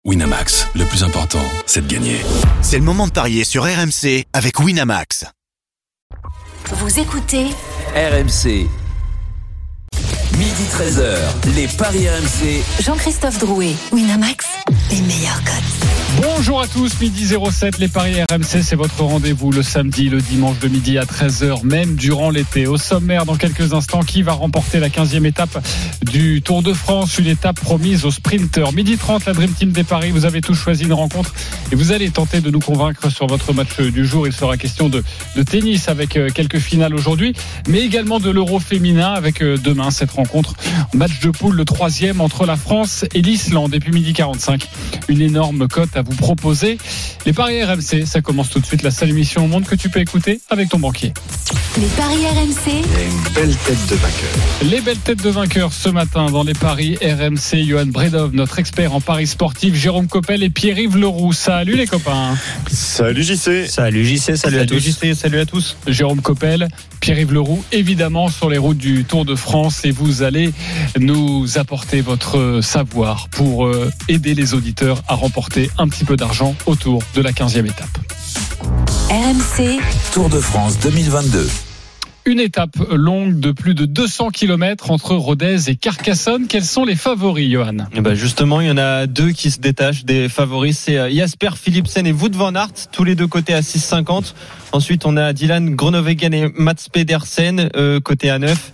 Winamax, le plus important, c'est de gagner. C'est le moment de parier sur RMC avec Winamax. Vous écoutez RMC. Midi 13h, les paris RMC. Jean-Christophe Drouet, Winamax, les meilleurs codes. Bonjour à tous, midi 07, les paris RMC, c'est votre rendez-vous le samedi, le dimanche de midi à 13h, même durant l'été. Au sommaire, dans quelques instants, qui va remporter la 15e étape du Tour de France, une étape promise aux sprinteurs. Midi 30, la Dream Team des paris, vous avez tous choisi une rencontre et vous allez tenter de nous convaincre sur votre match du jour. Il sera question de tennis avec quelques finales aujourd'hui, mais également de l'Euro féminin avec demain cette rencontre. Match de poule, le 3e entre la France et l'Islande. Et puis midi 45, une énorme cote à vous proposer. Les paris RMC, ça commence tout de suite. La seule émission au monde que tu peux écouter avec ton banquier. Les paris RMC. Il y a une belle tête de vainqueur. Les belles têtes de vainqueurs ce matin dans les paris RMC. Johan Bredov, notre expert en paris sportif, Jérôme Coppel et Pierre-Yves Leroux. Salut les copains. Salut JC. Salut JC, salut à tous. JC, salut à tous. Jérôme Coppel, Pierre-Yves Leroux, évidemment sur les routes du Tour de France, et vous allez nous apporter votre savoir pour aider les auditeurs à remporter un petit peu d'argent autour de la 15e étape. RMC, Tour de France 2022. Une étape longue de plus de 200 km entre Rodez et Carcassonne. Quels sont les favoris, Johan ? Justement, il y en a deux qui se détachent des favoris. C'est Jasper Philipsen et Wout van Aert, tous les deux côtés à 6,50. Ensuite, on a Dylan Groenewegen et Mats Pedersen, côté à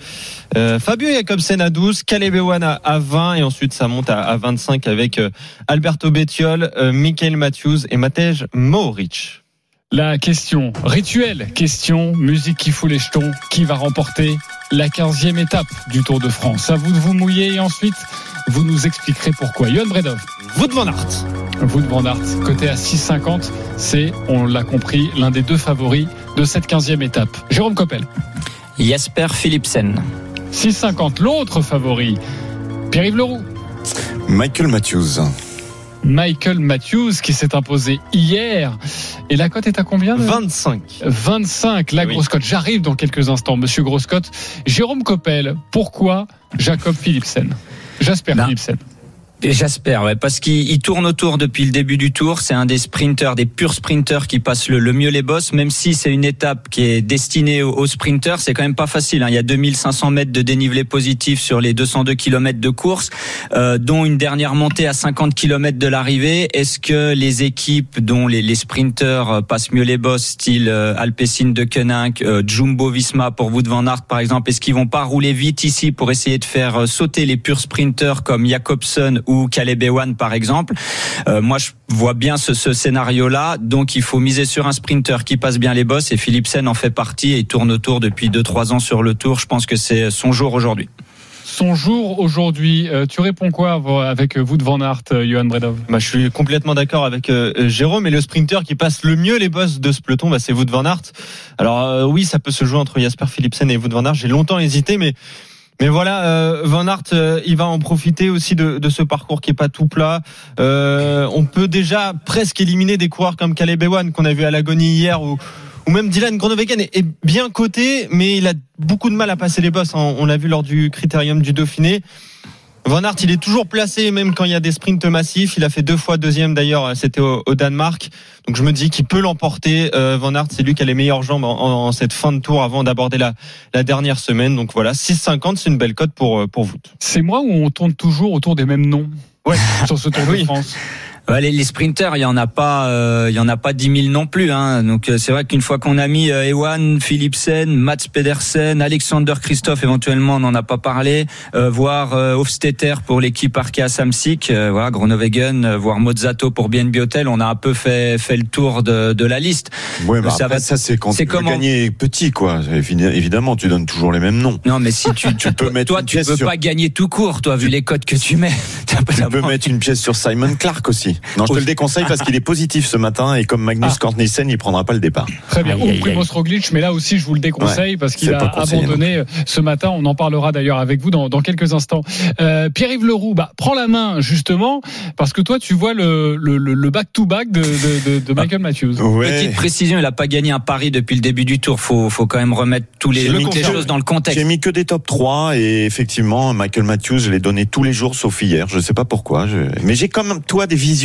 9. Fabio Jakobsen à 12, Caleb Ewan à 20, et ensuite ça monte à 25 avec Alberto Bettiol, Michael Matthews et Matej Mohoric. La question rituelle, question musique qui fout les jetons, qui va remporter la 15e étape du Tour de France? À vous de vous mouiller et ensuite vous nous expliquerez pourquoi. Johan Bredov. Wout van Aert. Wout van Aert, côté à 6,50, c'est, on l'a compris, l'un des deux favoris de cette 15e étape. Jérôme Coppel. Jasper Philipsen. 6,50, l'autre favori. Pierre-Yves Leroux. Michael Matthews. Michael Matthews qui s'est imposé hier. Et la cote est à combien ? 25. 25, la grosse cote. J'arrive dans quelques instants, monsieur Grosse Cote. Jérôme Coppel, pourquoi Jacob Philipsen ? Jasper Philipsen. Jasper, ouais, parce qu'il tourne autour depuis le début du tour. C'est un des sprinteurs, des purs sprinteurs qui passent le mieux les bosses. Même si c'est une étape qui est destinée aux sprinteurs, c'est quand même pas facile. Il y a 2500 mètres de dénivelé positif sur les 202 km de course, dont une dernière montée à 50 km de l'arrivée. Est-ce que les équipes dont les sprinteurs passent mieux les bosses, style Alpecin de Koenig, Jumbo-Visma pour Wout van Aert par exemple, est-ce qu'ils vont pas rouler vite ici pour essayer de faire sauter les purs sprinteurs comme Jakobsen ou Caleb Ewan par exemple? Moi je vois bien ce scénario-là, donc il faut miser sur un sprinter qui passe bien les bosses, et Philipsen en fait partie et il tourne autour depuis 2-3 ans sur le Tour. Je pense que c'est son jour aujourd'hui. Son jour aujourd'hui. Tu réponds quoi avec Wout van Aert, Johan Bredov ? Je suis complètement d'accord avec Jérôme. Et le sprinter qui passe le mieux les bosses de ce peloton, c'est Wout van Aert. Alors oui, ça peut se jouer entre Jasper Philipsen et Wout van Aert. J'ai longtemps hésité, mais voilà, Van Aert, il va en profiter aussi de ce parcours qui est pas tout plat. On peut déjà presque éliminer des coureurs comme Caleb Ewan qu'on a vu à l'agonie hier, ou même Dylan Groenewegen est bien coté, mais il a beaucoup de mal à passer les bosses. On l'a vu lors du Critérium du Dauphiné. Van Aert, il est toujours placé, même quand il y a des sprints massifs. Il a fait 2 fois deuxième d'ailleurs, c'était au Danemark. Donc je me dis qu'il peut l'emporter. Van Aert, c'est lui qui a les meilleures jambes en cette fin de tour avant d'aborder la dernière semaine. Donc voilà, 6,50, c'est une belle cote pour vous. C'est moi où on tourne toujours autour des mêmes noms sur ce Tour de France. Ouais, les sprinters, il y en a pas 10 000 non plus, hein. Donc c'est vrai qu'une fois qu'on a mis Ewan, Philipsen, Mats Pedersen, Alexander Kristoff, éventuellement on n'en a pas parlé, voire Hofstetter pour l'équipe Arkea Samsic, voilà, Groenewegen, voire Mozzato pour BNB Hotel, on a un peu fait le tour de la liste. Ouais, mais ça c'est quand tu veux gagner petit, quoi. Évidemment, tu donnes toujours les mêmes noms. Non, mais si tu peux mettre toi, tu peux pas gagner tout court, toi, vu les codes que tu mets. Tu peux mettre une pièce sur Simon Clark aussi. Non, je te le déconseille parce qu'il est positif ce matin, et comme Magnus Cort Nielsen, il prendra pas le départ. Très bien. Ou Primoz Roglic, mais là aussi je vous le déconseille parce qu'il a abandonné ce matin. On en parlera d'ailleurs avec vous dans quelques instants. Pierre-Yves Leroux, prends la main justement parce que toi tu vois le back-to-back de Michael Matthews. Ouais. Petite précision, il a pas gagné un pari depuis le début du Tour. Faut quand même remettre toutes les choses dans le contexte. J'ai mis que des top 3 et effectivement Michael Matthews, je l'ai donné tous les jours sauf hier. Je sais pas pourquoi. Mais j'ai comme toi des visions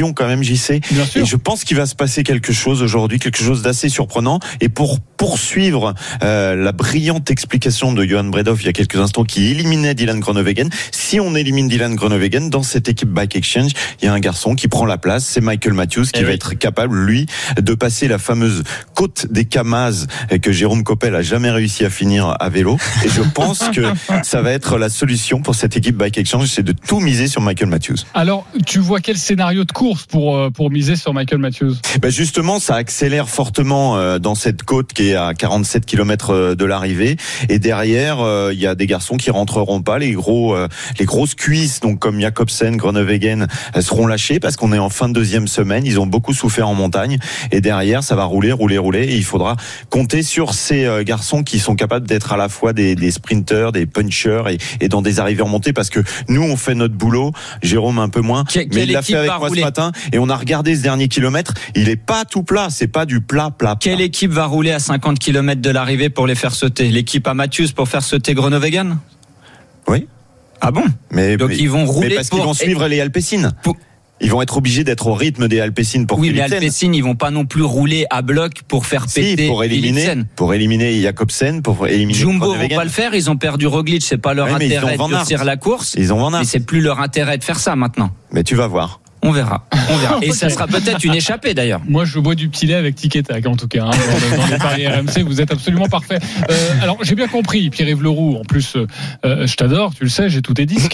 vision quand même, JC. Bien sûr. Et je pense qu'il va se passer quelque chose aujourd'hui, quelque chose d'assez surprenant. Et pour poursuivre la brillante explication de Johan Bredov il y a quelques instants qui éliminait Dylan Groenewegen, si on élimine Dylan Groenewegen dans cette équipe Bike Exchange, il y a un garçon qui prend la place, c'est Michael Matthews qui va être capable, lui, de passer la fameuse côte des Kamaz que Jérôme Coppel a jamais réussi à finir à vélo. Et je pense que ça va être la solution pour cette équipe Bike Exchange, c'est de tout miser sur Michael Matthews. Alors, tu vois quel scénario de course pour miser sur Michael Matthews? Justement, ça accélère fortement dans cette côte qui est à 47 km de l'arrivée. Et derrière, il y a des garçons qui rentreront pas. Les grosses cuisses, donc comme Jacobsen, Groenewegen, seront lâchées parce qu'on est en fin de deuxième semaine. Ils ont beaucoup souffert en montagne. Et derrière, ça va rouler. Et il faudra compter sur ces garçons qui sont capables d'être à la fois des sprinters, des punchers et dans des arrivées remontées, parce que nous, on fait notre boulot. Jérôme un peu moins. Mais il l'a fait avec moi ce matin. Et on a regardé ce dernier kilomètre. Il est pas tout plat. C'est pas du plat. Quelle équipe va rouler à 50 km de l'arrivée pour les faire sauter? L'équipe à Matthews pour faire sauter Groenewegen? Oui. Ah bon? Donc ils vont rouler parce qu'ils vont suivre les Alpecin. Ils vont être obligés d'être au rythme des Alpecin pour Philipsen. Oui, mais Alpecin, ils vont pas non plus rouler à bloc pour faire péter Philipsen. Pour éliminer Jacobsen, pour éliminer Jumbo vont pas le faire, ils ont perdu Roglic, c'est pas leur intérêt de durcir la course. Ils ont Van Aert. Mais c'est plus leur intérêt de faire ça maintenant. Mais tu vas voir. On verra. Et ça sera peut-être une échappée d'ailleurs. Moi, je bois du petit lait avec Tic et Tac, en tout cas. Dans les paris RMC, vous êtes absolument parfait. Alors, j'ai bien compris, Pierre-Yves Leroux. En plus, je t'adore, tu le sais, j'ai tous tes disques.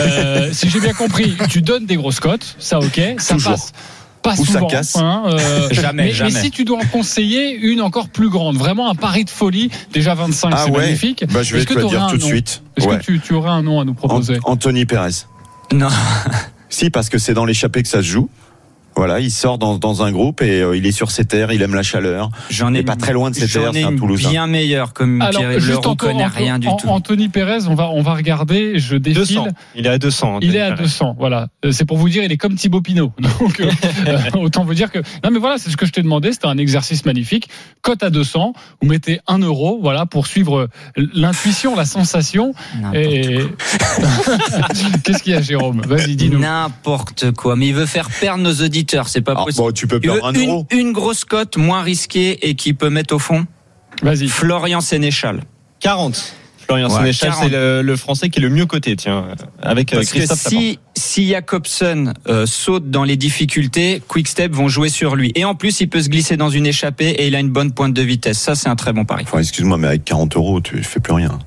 Si j'ai bien compris, tu donnes des grosses cotes, ça ok, ça toujours. passe. Pas Ou souvent, ça casse. Jamais. Mais si tu dois en conseiller une encore plus grande, vraiment un pari de folie, déjà 25, c'est magnifique. Je vais te le dire tout de suite. Est-ce que tu aurais un nom à nous proposer? Anthony Perez. Non. Si, parce que c'est dans l'échappée que ça se joue. Voilà, il sort dans un groupe et il est sur ses terres, il aime la chaleur. Il est pas très loin de ses terres, c'est un Toulousain. Bien meilleur, comme Pierre-Yves Leroux connaît rien du tout. Anthony Perez, on va regarder, je défile. 200. Il est à 200. Il est à 200, voilà. C'est pour vous dire, il est comme Thibaut Pinot. Donc, autant vous dire que... Non, mais voilà, c'est ce que je t'ai demandé, c'était un exercice magnifique. Cote à 200, vous mettez 1 euro, voilà, pour suivre l'intuition, la sensation. Et... Qu'est-ce qu'il y a, Jérôme? Vas-y, dis-nous. N'importe quoi, mais il veut faire perdre nos auditeurs. C'est pas possible. Bon, tu peux perdre 1 euro. Une grosse cote moins risquée et qui peut mettre au fond. Vas-y. Florian Sénéchal. 40. Florian Sénéchal, 40. C'est le Français qui est le mieux coté, tiens, avec Christophe Laporte. Si Jacobsen saute dans les difficultés, Quick-Step vont jouer sur lui. Et en plus, il peut se glisser dans une échappée et il a une bonne pointe de vitesse. Ça, c'est un très bon pari. Enfin, excuse-moi, mais avec 40 euros, tu fais plus rien.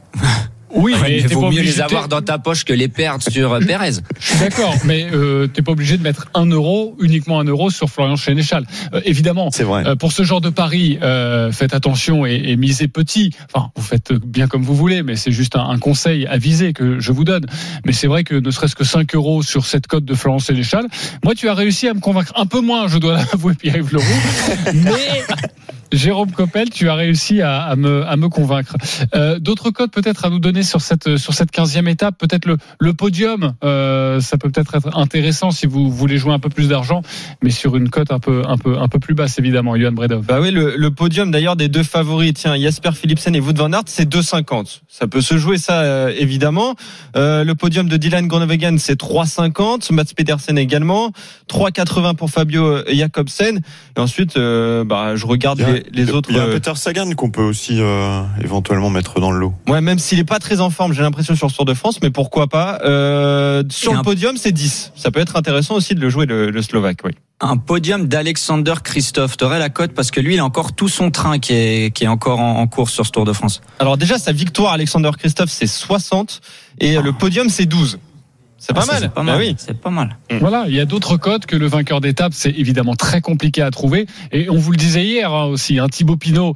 Oui, mais il vaut mieux les avoir dans ta poche que les perdre sur Perez. Je suis d'accord, mais t'es pas obligé de mettre 1 euro, uniquement 1 euro sur Florian Sénéchal. Évidemment, c'est vrai. Pour ce genre de pari, faites attention et misez petit. Enfin, vous faites bien comme vous voulez, mais c'est juste un conseil avisé que je vous donne. Mais c'est vrai que ne serait-ce que 5 euros sur cette cote de Florian Sénéchal, moi, tu as réussi à me convaincre un peu moins, je dois l'avouer, Pierre-Yves Leroux, mais... Jérôme Coppel, tu as réussi à me convaincre. D'autres codes peut-être à nous donner sur cette 15e étape, peut-être le podium. Ça peut peut-être être intéressant si vous voulez jouer un peu plus d'argent, mais sur une cote un peu plus basse évidemment. Johan Bredov. Bah oui, le podium d'ailleurs des deux favoris, tiens, Jasper Philipsen et Wout van Aert, c'est 2,50. Ça peut se jouer ça évidemment. Le podium de Dylan Groenewegen, c'est 3,50. Mats Pedersen également, 3,80 pour Fabio Jacobsen. Et ensuite, je regarde les autres. Il y a Peter Sagan qu'on peut aussi éventuellement mettre dans le lot. Ouais, même s'il est pas très en forme, j'ai l'impression sur ce Tour de France, mais pourquoi pas. Sur le podium, c'est 10. Ça peut être intéressant aussi de le jouer le Slovaque, oui. Un podium d'Alexander Kristoff. T'aurais la cote parce que lui, il a encore tout son train qui est encore en course sur ce Tour de France. Alors déjà, sa victoire, Alexander Kristoff, c'est 60 et le podium, c'est 12. C'est pas mal. C'est pas mal. Ah oui. C'est pas mal. Voilà, il y a d'autres codes que le vainqueur d'étape, c'est évidemment très compliqué à trouver. Et on vous le disait hier aussi, Thibaut Pinot,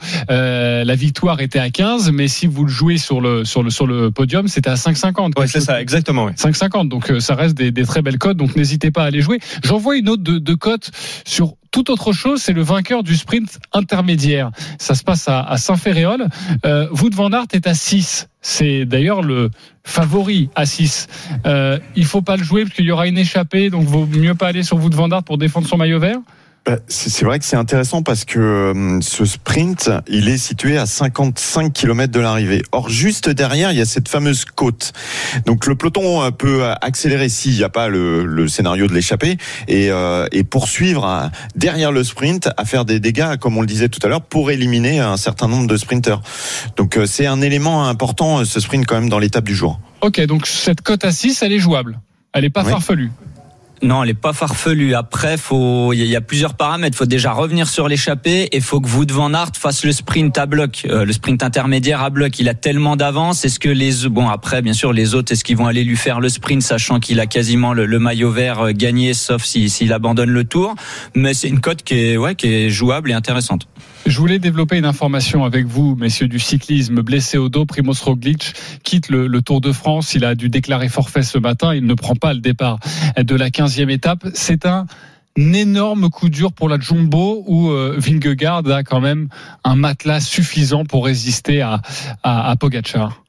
la victoire était à 15, mais si vous le jouez sur le podium, c'était à 5,50. Ouais, c'est ça, exactement. Ouais. 5,50. Donc ça reste des très belles cotes. Donc n'hésitez pas à les jouer. J'en vois une autre de cote sur toute autre chose, c'est le vainqueur du sprint intermédiaire. Ça se passe à Saint-Féréol. Wout van Aert est à 6. C'est d'ailleurs le favori à 6. Il faut pas le jouer parce qu'il y aura une échappée, donc vaut mieux pas aller sur Wout van Aert pour défendre son maillot vert. C'est vrai que c'est intéressant parce que ce sprint, il est situé à 55 km de l'arrivée. Or, juste derrière, il y a cette fameuse côte. Donc, le peloton peut accélérer s'il n'y a pas le scénario de l'échappée et poursuivre derrière le sprint à faire des dégâts, comme on le disait tout à l'heure, pour éliminer un certain nombre de sprinteurs. Donc, c'est un élément important, ce sprint, quand même, dans l'étape du jour. Ok, donc cette cote à 6, elle est jouable. Elle n'est pas farfelue. Non, elle n'est pas farfelue. Après, il y a plusieurs paramètres. Il faut déjà revenir sur l'échappée et il faut que Wout van Aert fasse le sprint à bloc, le sprint intermédiaire à bloc. Il a tellement d'avance. Est-ce que après, bien sûr, les autres, est-ce qu'ils vont aller lui faire le sprint, sachant qu'il a quasiment le maillot vert gagné, sauf s'il abandonne le tour. Mais c'est une cote qui est jouable et intéressante. Je voulais développer une information avec vous, messieurs du cyclisme. Blessé au dos, Primož Roglič quitte le Tour de France. Il a dû déclarer forfait ce matin. Il ne prend pas le départ de la 15e étape. C'est un énorme coup dur pour la Jumbo où Vingegaard a quand même un matelas suffisant pour résister à Pogačar.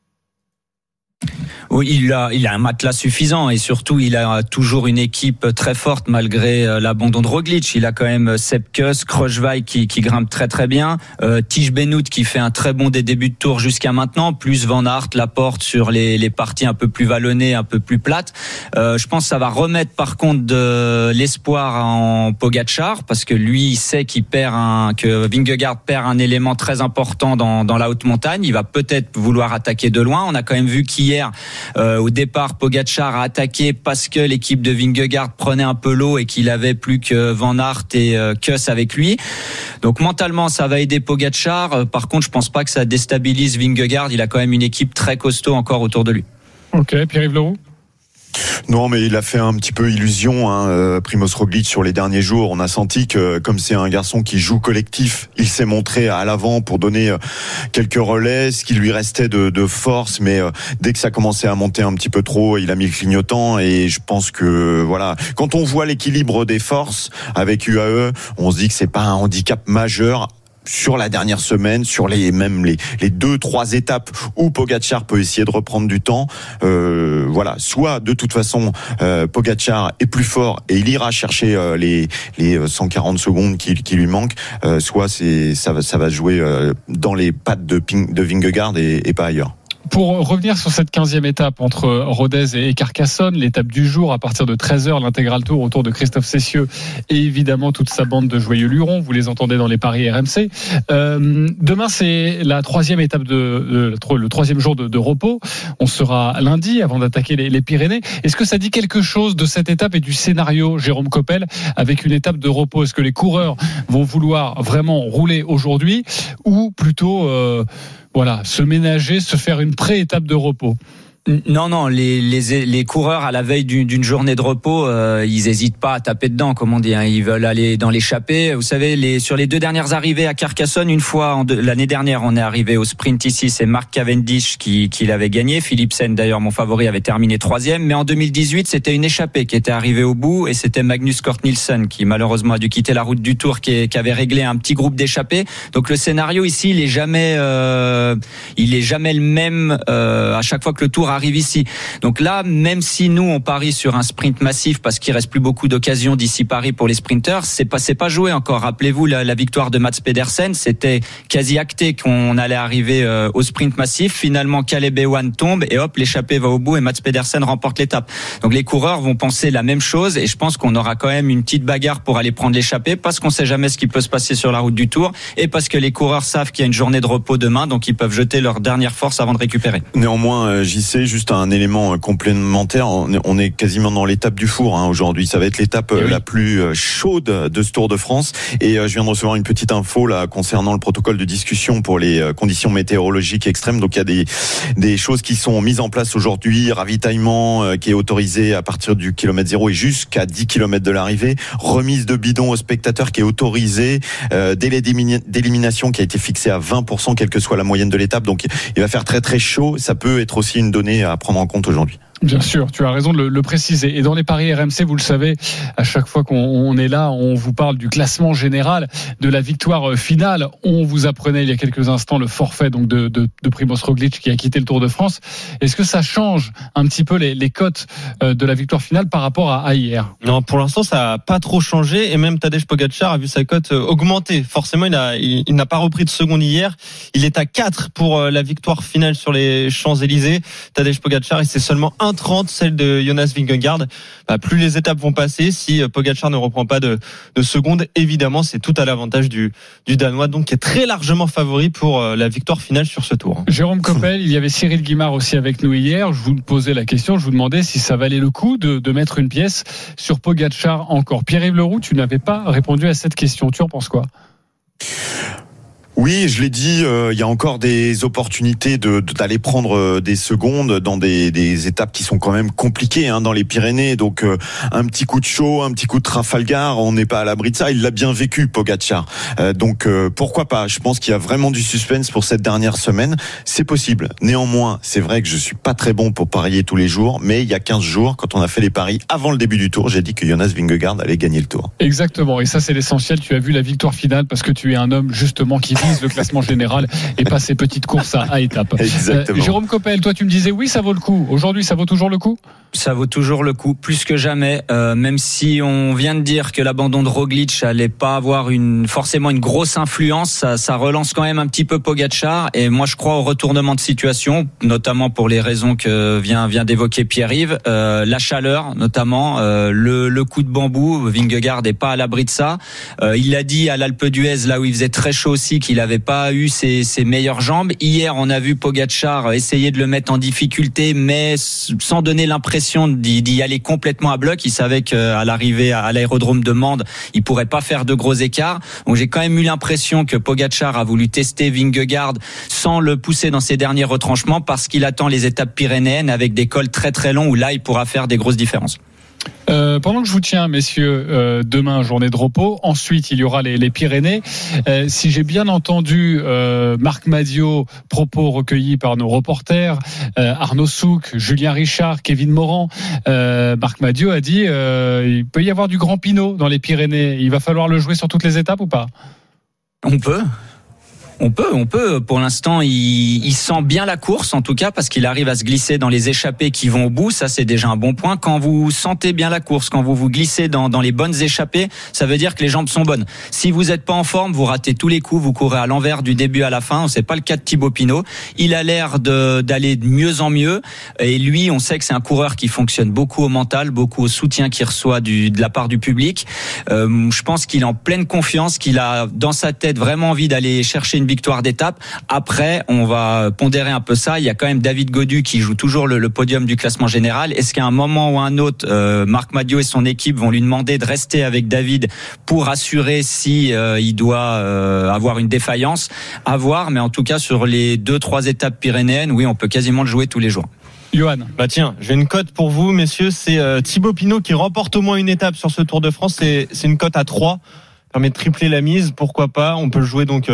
Oui, il a un matelas suffisant et surtout il a toujours une équipe très forte malgré l'abandon de Roglič. Il a quand même Sepp Kuss, Kruijswijk qui grimpe très très bien, Tige Benoot qui fait un très bon début de tour jusqu'à maintenant, plus Van Aert, Laporte sur les parties un peu plus vallonnées, un peu plus plates. Je pense que ça va remettre par contre de l'espoir en Pogačar parce que lui il sait que Vingegaard perd un élément très important dans la haute montagne. Il va peut-être vouloir attaquer de loin. On a quand même vu qu'hier au départ Pogačar a attaqué parce que l'équipe de Vingegaard prenait un peu l'eau et qu'il avait plus que Van Aert et Kuss avec lui. Donc mentalement ça va aider Pogačar. Par contre je pense pas que ça déstabilise Vingegaard. Il a quand même une équipe très costaud encore autour de lui. Ok, Pierre-Yves Leroux. Non, mais il a fait un petit peu illusion, Primož Roglič sur les derniers jours. On a senti que, comme c'est un garçon qui joue collectif, il s'est montré à l'avant pour donner quelques relais, ce qui lui restait de force. Mais dès que ça commençait à monter un petit peu trop, il a mis le clignotant. Et je pense que voilà, quand on voit l'équilibre des forces avec UAE, on se dit que c'est pas un handicap majeur. Sur la dernière semaine, sur les 2-3 étapes où Pogačar peut essayer de reprendre du temps, voilà. Soit de toute façon Pogačar est plus fort et il ira chercher les 140 secondes qui lui manquent, soit ça va jouer dans les pattes de Vingegaard et pas ailleurs. Pour revenir sur cette 15e étape entre Rodez et Carcassonne, l'étape du jour à partir de 13h, l'intégral tour autour de Christophe Cessieux et évidemment toute sa bande de joyeux lurons, vous les entendez dans les paris RMC. Demain c'est la 3e étape le 3e jour de repos. On sera lundi avant d'attaquer les Pyrénées. Est-ce que ça dit quelque chose de cette étape et du scénario, Jérôme Coppel, avec une étape de repos? Est-ce que les coureurs vont vouloir vraiment rouler aujourd'hui ou plutôt se ménager, se faire une pré-étape de repos? Non, les coureurs à la veille d'une journée de repos, ils hésitent pas à taper dedans, comme on dit. Ils veulent aller dans l'échappée. Vous savez, sur les 2 dernières arrivées à Carcassonne, une fois l'année dernière, on est arrivé au sprint ici. C'est Mark Cavendish qui l'avait gagné. Philipsen, d'ailleurs, mon favori, avait terminé 3e. Mais en 2018, c'était une échappée qui était arrivée au bout et c'était Magnus Cort Nielsen qui malheureusement a dû quitter la route du Tour, qui avait réglé un petit groupe d'échappés. Donc le scénario ici, il est jamais le même à chaque fois que le Tour arrive ici. Donc là, même si nous on parie sur un sprint massif parce qu'il reste plus beaucoup d'occasions d'ici Paris pour les sprinteurs, c'est pas joué encore. Rappelez-vous la victoire de Mats Pedersen, c'était quasi acté qu'on allait arriver au sprint massif. Finalement, Caleb Ewan tombe et hop, l'échappée va au bout et Mats Pedersen remporte l'étape. Donc les coureurs vont penser la même chose et je pense qu'on aura quand même une petite bagarre pour aller prendre l'échappée parce qu'on sait jamais ce qui peut se passer sur la route du Tour et parce que les coureurs savent qu'il y a une journée de repos demain, donc ils peuvent jeter leur dernière force avant de récupérer. Néanmoins, JC, juste un élément complémentaire, on est quasiment dans l'étape du four aujourd'hui. Ça va être l'étape la plus chaude de ce Tour de France. Et je viens de recevoir une petite info là concernant le protocole de discussion pour les conditions météorologiques extrêmes. Donc il y a des choses qui sont mises en place aujourd'hui. Ravitaillement qui est autorisé à partir du kilomètre 0 et jusqu'à 10 km de l'arrivée. Remise de bidons aux spectateurs qui est autorisée. Délai d'élimination qui a été fixé à 20%, quelle que soit la moyenne de l'étape. Donc il va faire très très chaud. Ça peut être aussi une donnée à prendre en compte aujourd'hui. Bien sûr, tu as raison de le préciser. Et dans les paris RMC, vous le savez, à chaque fois qu'on est là, on vous parle du classement général, de la victoire finale. On vous apprenait il y a quelques instants le forfait donc de Primož Roglič qui a quitté le Tour de France. Est-ce que ça change un petit peu les cotes de la victoire finale par rapport à hier? Non, pour l'instant, ça n'a pas trop changé. Et même Tadej Pogačar a vu sa cote augmenter. Forcément, il n'a pas repris de seconde hier. Il est à 4 pour la victoire finale sur les Champs-Élysées. Tadej Pogačar, et c'est seulement 1,30 celle de Jonas Vingegaard. Plus les étapes vont passer, si Pogačar ne reprend pas de seconde, évidemment c'est tout à l'avantage du Danois, donc qui est très largement favori pour la victoire finale sur ce tour. Jérôme Coppel, il y avait Cyril Guimard aussi avec nous hier. Je vous posais la question, je vous demandais si ça valait le coup de mettre une pièce sur Pogačar encore. Pierre-Yves Leroux, tu n'avais pas répondu à cette question, tu en penses quoi? Oui, je l'ai dit, il y a encore des opportunités d'aller prendre des secondes dans des étapes qui sont quand même compliquées dans les Pyrénées. Donc un petit coup de chaud, un petit coup de Trafalgar, on n'est pas à l'abri de ça. Il l'a bien vécu, Pogačar. Donc pourquoi pas? Je pense qu'il y a vraiment du suspense pour cette dernière semaine. C'est possible. Néanmoins, c'est vrai que je suis pas très bon pour parier tous les jours, mais il y a 15 jours, quand on a fait les paris avant le début du tour, j'ai dit que Jonas Vingegaard allait gagner le tour. Exactement. Et ça, c'est l'essentiel. Tu as vu la victoire finale parce que tu es un homme justement qui vise le classement général et pas ces petites courses à étapes. Exactement. Jérôme Coppel, toi tu me disais oui, ça vaut le coup. Aujourd'hui, ça vaut toujours le coup? Ça vaut toujours le coup, plus que jamais. Même si on vient de dire que l'abandon de Roglič allait pas avoir forcément une grosse influence, ça relance quand même un petit peu Pogačar. Et moi, je crois au retournement de situation, notamment pour les raisons que vient d'évoquer Pierre-Yves. La chaleur, notamment, le coup de bambou. Vingegaard n'est pas à l'abri de ça. Il l'a dit à l'Alpe d'Huez, là où il faisait très chaud aussi, qu'il avait pas eu ses meilleures jambes. Hier, on a vu Pogačar essayer de le mettre en difficulté, mais sans donner l'impression d'y aller complètement à bloc. Il savait qu'à l'arrivée à l'aérodrome de Mende, il pourrait pas faire de gros écarts. Donc j'ai quand même eu l'impression que Pogačar a voulu tester Vingegaard sans le pousser dans ses derniers retranchements parce qu'il attend les étapes pyrénéennes avec des cols très très longs où là il pourra faire des grosses différences. Pendant que je vous tiens, messieurs, demain journée de repos. Ensuite, il y aura les Pyrénées. Si j'ai bien entendu Marc Madiot, propos recueillis par nos reporters, Arnaud Souk, Julien Richard, Kevin Morand. Marc Madiot a dit il peut y avoir du Grand Pinot dans les Pyrénées. Il va falloir le jouer sur toutes les étapes ou pas? On peut. Pour l'instant, il sent bien la course, en tout cas, parce qu'il arrive à se glisser dans les échappées qui vont au bout. Ça, c'est déjà un bon point. Quand vous sentez bien la course, quand vous vous glissez dans les bonnes échappées, ça veut dire que les jambes sont bonnes. Si vous n'êtes pas en forme, vous ratez tous les coups, vous courez à l'envers du début à la fin. C'est pas le cas de Thibaut Pinot. Il a l'air d'aller de mieux en mieux. Et lui, on sait que c'est un coureur qui fonctionne beaucoup au mental, beaucoup au soutien qu'il reçoit de la part du public. Je pense qu'il est en pleine confiance, qu'il a dans sa tête vraiment envie d'aller chercher une victoire d'étape. Après, on va pondérer un peu ça. Il y a quand même David Gaudu qui joue toujours le podium du classement général. Est-ce qu'à un moment ou un autre, Marc Madiot et son équipe vont lui demander de rester avec David pour assurer si il doit avoir une défaillance? À voir, mais en tout cas sur les 2-3 étapes pyrénéennes, oui, on peut quasiment le jouer tous les jours. Johan. Tiens, j'ai une cote pour vous, messieurs. C'est Thibaut Pinot qui remporte au moins une étape sur ce Tour de France. C'est une cote à 3. Permet de tripler la mise, pourquoi pas. On peut le jouer donc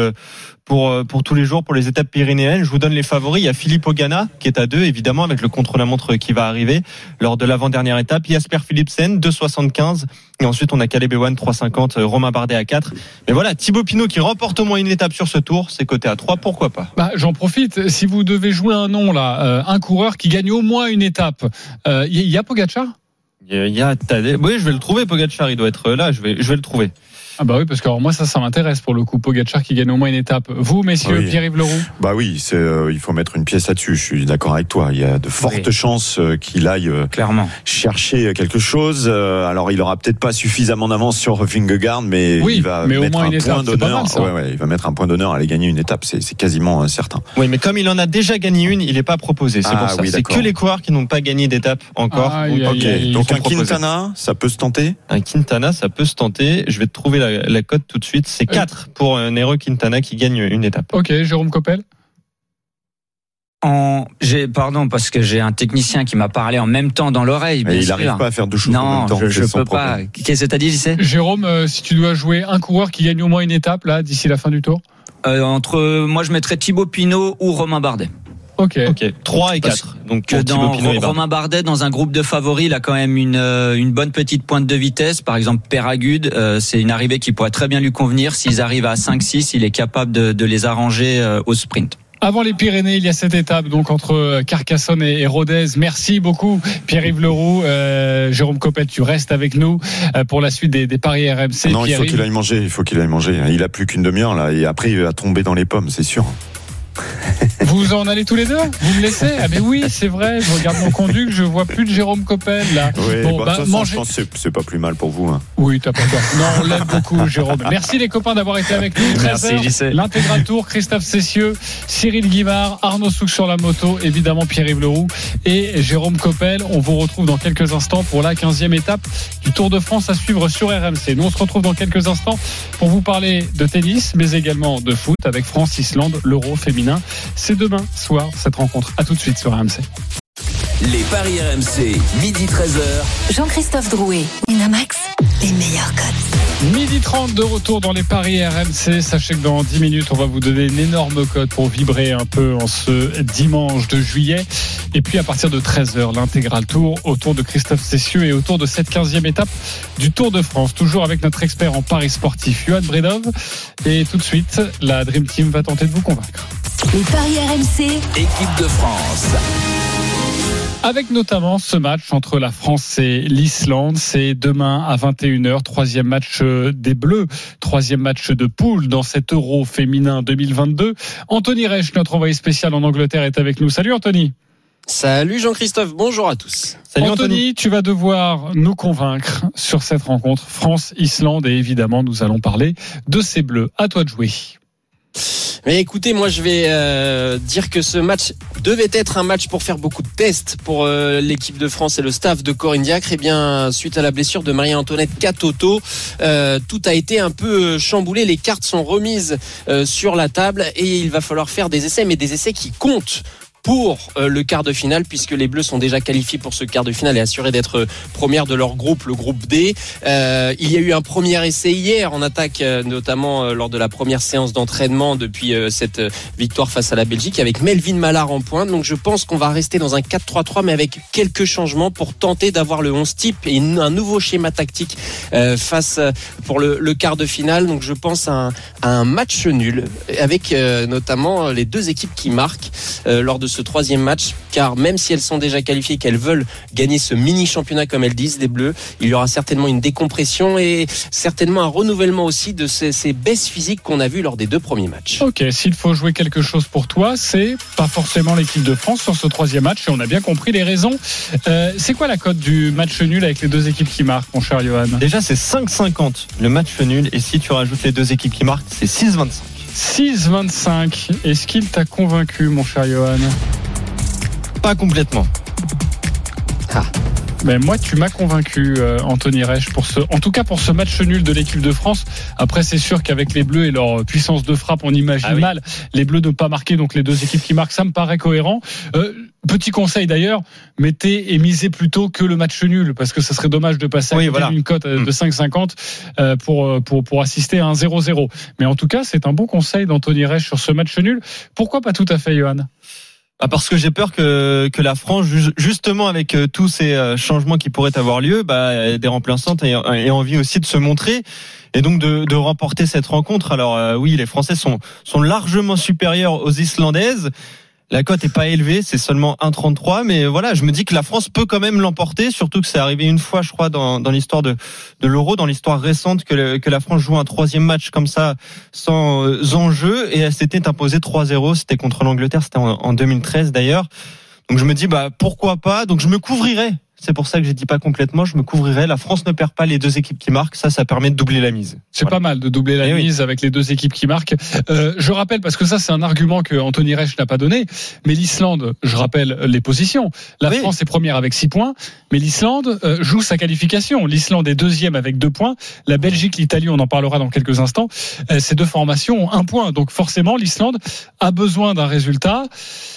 pour tous les jours, pour les étapes pyrénéennes. Je vous donne les favoris. Il y a Philippe Ogana qui est à 2, évidemment, avec le contre-la-montre qui va arriver lors de l'avant-dernière étape. Jasper Philipsen 2,75 et ensuite on a Caleb Ewan 3,50, Romain Bardet à 4. Mais voilà, Thibaut Pinot qui remporte au moins une étape sur ce tour, c'est coté à 3, pourquoi pas. J'en profite. Si vous devez jouer un nom là, un coureur qui gagne au moins une étape, il y a Pogačar? Il y a Tadej. Oui, je vais le trouver. Pogačar, il doit être là. Je vais le trouver. Ah bah oui, parce que alors moi ça m'intéresse pour le coup, Pogačar qui gagne au moins une étape. Vous, messieurs, oui. Pierre-Yves Leroux? Bah oui, il faut mettre une pièce là-dessus. Je suis d'accord avec toi. Il y a de fortes chances qu'il aille clairement chercher quelque chose. Alors il aura peut-être pas suffisamment d'avance sur Vingegaard, mais il va mettre un point d'honneur. Il va mettre un point d'honneur à aller gagner une étape. C'est quasiment certain. Oui, mais comme il en a déjà gagné une, il n'est pas proposé. C'est pour ça. Oui, c'est que les coureurs qui n'ont pas gagné d'étape encore. Donc un Quintana, ça peut se tenter. Un Quintana, ça peut se tenter. Je vais te trouver la cote tout de suite. C'est 4 pour Nairo Quintana qui gagne une étape. Ok, Jérôme Coppel. Pardon, parce que j'ai un technicien qui m'a parlé en même temps dans l'oreille. Il n'arrive pas à faire deux choses en même temps. Non, je peux pas. Qu'est-ce que t'as dit, JC? Jérôme, si tu dois jouer un coureur qui gagne au moins une étape là d'ici la fin du tour. Moi, je mettrais Thibaut Pinot ou Romain Bardet. Ok. 3 et 4. Donc que dans Romain Bardet, dans un groupe de favoris, il a quand même une bonne petite pointe de vitesse. Par exemple, Péragude, c'est une arrivée qui pourrait très bien lui convenir. S'ils arrivent à 5-6, il est capable de les arranger au sprint. Avant les Pyrénées, il y a cette étape donc entre Carcassonne et Rodez. Merci beaucoup Pierre-Yves Leroux. Jérôme Coppel, tu restes avec nous pour la suite des paris RMC. Non, il faut qu'il aille manger. Il a plus qu'une demi-heure là et après il va tomber dans les pommes, c'est sûr. Vous en allez tous les deux? Vous me laissez? Ah mais oui, c'est vrai, je regarde mon conduit, je vois plus de Jérôme Coppel là. Oui, je pense que c'est pas plus mal pour vous. Hein. Oui, t'as pas tort. Non, on l'aime beaucoup Jérôme. Merci les copains d'avoir été avec nous. Merci JC. L'intégral tour, Christophe Cessieux, Cyril Guimard, Arnaud Souk sur la moto, évidemment Pierre-Yves Leroux et Jérôme Coppel. On vous retrouve dans quelques instants pour la 15e étape du Tour de France à suivre sur RMC. Nous on se retrouve dans quelques instants pour vous parler de tennis mais également de foot avec France-Islande, l'Euro féminin. C'est demain soir cette rencontre. À tout de suite sur RMC. Les paris RMC, midi 13h. Jean-Christophe Drouet, Winamax, les meilleurs cotes. Midi 30 de retour dans les paris RMC. Sachez que dans 10 minutes, on va vous donner une énorme cote pour vibrer un peu en ce dimanche de juillet. Et puis à partir de 13h, l'intégral tour autour de Christophe Cessieux et autour de cette 15e étape du Tour de France. Toujours avec notre expert en paris sportif, Johan Bredov. Et tout de suite, la Dream Team va tenter de vous convaincre. Les paris RMC, Équipe de France. Avec notamment ce match entre la France et l'Islande, c'est demain à 21h, troisième match des Bleus, troisième match de poule dans cet Euro féminin 2022. Anthony Reich, notre envoyé spécial en Angleterre, est avec nous. Salut Anthony. Salut Jean-Christophe, bonjour à tous. Salut Anthony, tu vas devoir nous convaincre sur cette rencontre France-Islande et évidemment nous allons parler de ces Bleus. À toi de jouer. Mais écoutez, moi je vais dire que ce match devait être un match pour faire beaucoup de tests pour l'équipe de France et le staff de Corinne Diacre. Et bien, suite à la blessure de Marie-Antoinette Katoto, tout a été un peu chamboulé. Les cartes sont remises sur la table et il va falloir faire des essais, mais des essais qui comptent pour le quart de finale, puisque les Bleus sont déjà qualifiés pour ce quart de finale et assurés d'être première de leur groupe, le groupe D. Il y a eu un premier essai hier en attaque, notamment lors de la première séance d'entraînement depuis cette victoire face à la Belgique, avec Melvin Mallard en pointe. Donc je pense qu'on va rester dans un 4-3-3, mais avec quelques changements pour tenter d'avoir le 11 type et un nouveau schéma tactique face pour le quart de finale. Donc je pense à un match nul, avec notamment les deux équipes qui marquent lors de ce troisième match, car même si elles sont déjà qualifiées, qu'elles veulent gagner ce mini championnat comme elles disent, les Bleus, il y aura certainement une décompression et certainement un renouvellement aussi de ces baisses physiques qu'on a vues lors des deux premiers matchs. Ok, s'il faut jouer quelque chose pour toi, c'est pas forcément l'équipe de France sur ce troisième match et on a bien compris les raisons. C'est quoi la cote du match nul avec les deux équipes qui marquent, mon cher Johan? Déjà c'est 5,50 le match nul et si tu rajoutes les deux équipes qui marquent, c'est 6,25. 6,25. Est-ce qu'il t'a convaincu, mon cher Johan? Pas complètement. Mais moi, tu m'as convaincu, Anthony Reich, en tout cas pour ce match nul de l'équipe de France. Après, c'est sûr qu'avec les Bleus et leur puissance de frappe, on imagine mal les Bleus ne pas marquer, donc les deux équipes qui marquent, ça me paraît cohérent. Petit conseil d'ailleurs, mettez et misez plutôt que le match nul, parce que ça serait dommage de passer à une cote de 5,50 pour assister à un 0-0. Mais en tout cas, c'est un bon conseil d'Anthony Reich sur ce match nul. Pourquoi pas tout à fait, Johan? Parce que j'ai peur que la France, justement avec tous ces changements qui pourraient avoir lieu, des remplaçantes aient envie aussi de se montrer et donc de remporter cette rencontre. Alors oui, les Français sont largement supérieurs aux Islandaises. La cote est pas élevée, c'est seulement 1,33, mais voilà, je me dis que la France peut quand même l'emporter, surtout que c'est arrivé une fois, je crois, dans l'histoire de l'Euro, dans l'histoire récente, que la France joue un troisième match comme ça, sans enjeu, et elle s'était imposée 3-0, c'était contre l'Angleterre, c'était en 2013 d'ailleurs. Donc je me dis, pourquoi pas, donc je me couvrirai. C'est pour ça que j'ai dit pas complètement, je me couvrirai. La France ne perd pas les deux équipes qui marquent, ça permet de doubler la mise. C'est pas mal de doubler la mise avec les deux équipes qui marquent. Je rappelle, parce que ça c'est un argument que Anthony Reich n'a pas donné, mais l'Islande, je rappelle les positions. La France est première avec 6 points, mais l'Islande joue sa qualification. L'Islande est deuxième avec 2 points. La Belgique, l'Italie, on en parlera dans quelques instants. Ces deux formations ont 1 point, donc forcément l'Islande a besoin d'un résultat.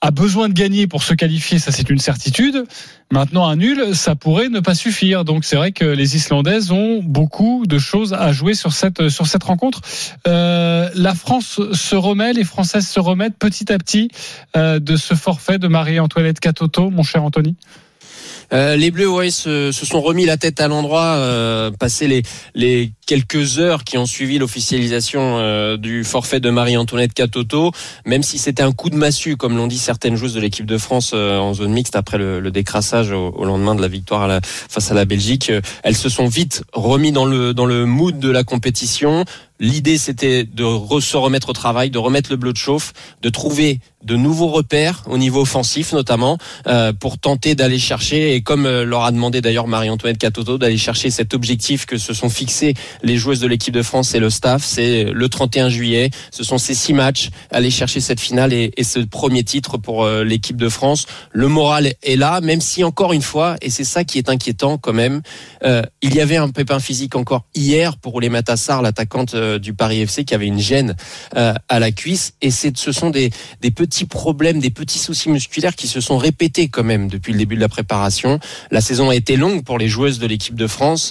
a besoin de gagner pour se qualifier, ça c'est une certitude. Maintenant, un nul, ça pourrait ne pas suffire. Donc c'est vrai que les Islandaises ont beaucoup de choses à jouer sur cette rencontre. La France se remet, les Françaises se remettent petit à petit de ce forfait de Marie-Antoinette Katoto, mon cher Anthony. Les Bleus, se sont remis la tête à l'endroit, passé les quelques heures qui ont suivi l'officialisation du forfait de Marie-Antoinette Katoto, même si c'était un coup de massue, comme l'ont dit certaines joueuses de l'équipe de France en zone mixte après le décrassage au lendemain de la victoire face à la Belgique. Elles se sont vite remis dans le mood de la compétition. L'idée, c'était de se remettre au travail, de remettre le bleu de chauffe, de trouver de nouveaux repères au niveau offensif notamment, pour tenter d'aller chercher, et comme leur a demandé d'ailleurs Marie-Antoinette Katoto, d'aller chercher cet objectif que se sont fixés les joueuses de l'équipe de France et le staff. C'est le 31 juillet, ce sont ces 6 matchs, aller chercher cette finale et ce premier titre pour l'équipe de France. Le moral est là, même si encore une fois, et c'est ça qui est inquiétant quand même, il y avait un pépin physique encore hier pour Oulimata Sarr, l'attaquante du Paris FC, qui avait une gêne à la cuisse, et ce sont des petits problèmes, des petits soucis musculaires qui se sont répétés quand même depuis le début de la préparation. La saison a été longue pour les joueuses de l'équipe de France,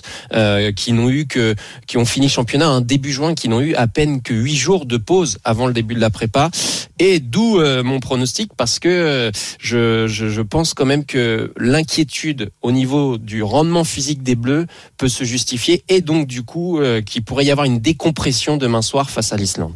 qui ont fini championnat un début juin, qui n'ont eu à peine que 8 jours de pause avant le début de la prépa, et d'où mon pronostic, parce que je pense quand même que l'inquiétude au niveau du rendement physique des Bleus peut se justifier, et donc du coup qu'il pourrait y avoir une décompression demain soir face à l'Islande.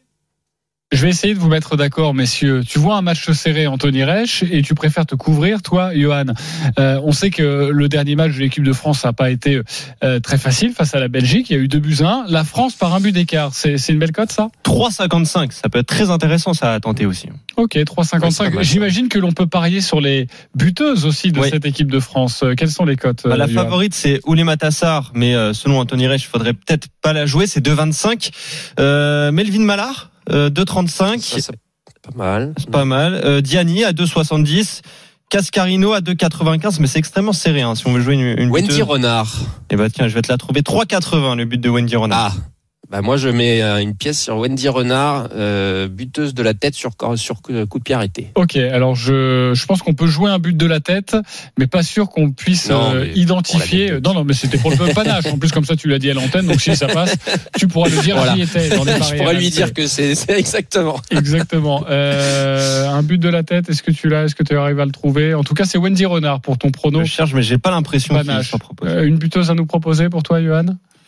Je vais essayer de vous mettre d'accord, messieurs. Tu vois un match serré, Anthony Reich, et tu préfères te couvrir, toi, Johan. On sait que le dernier match de l'équipe de France n'a pas été très facile face à la Belgique. Il y a eu 2-1. La France par un but d'écart. C'est une belle cote, ça ? 3,55. Ça peut être très intéressant, ça, à tenter aussi. Ok, 3,55. Ouais, j'imagine que l'on peut parier sur les buteuses aussi de cette équipe de France. Quelles sont les cotes ? La favorite, c'est Oulimata Sarr, mais selon Anthony Reich, il faudrait peut-être pas la jouer. C'est 2,25. Melvin Mallard, 2,35. C'est pas mal. C'est pas mal. Diani à 2,70. Cascarino à 2,95, mais c'est extrêmement serré, hein, si on veut jouer une Wendy buteuse. Renard. Eh ben, tiens, je vais te la trouver. 3,80, le but de Wendy Renard. Moi, je mets une pièce sur Wendy Renard, buteuse de la tête sur coup de pied arrêté. Ok, alors je pense qu'on peut jouer un but de la tête, mais pas sûr qu'on puisse identifier. Non, mais c'était pour le panache. En plus, comme ça, tu l'as dit à l'antenne, donc si ça passe, tu pourras le dire. Voilà. J'y étais dans les paris. Je pourrais lui dire que c'est exactement. Exactement. Un but de la tête, est-ce que tu l'as ? Est-ce que tu arrives à le trouver ? En tout cas, c'est Wendy Renard pour ton prono. Je cherche, mais j'ai pas l'impression qu'il soit proposé. Une buteuse à nous proposer pour toi, Johan ?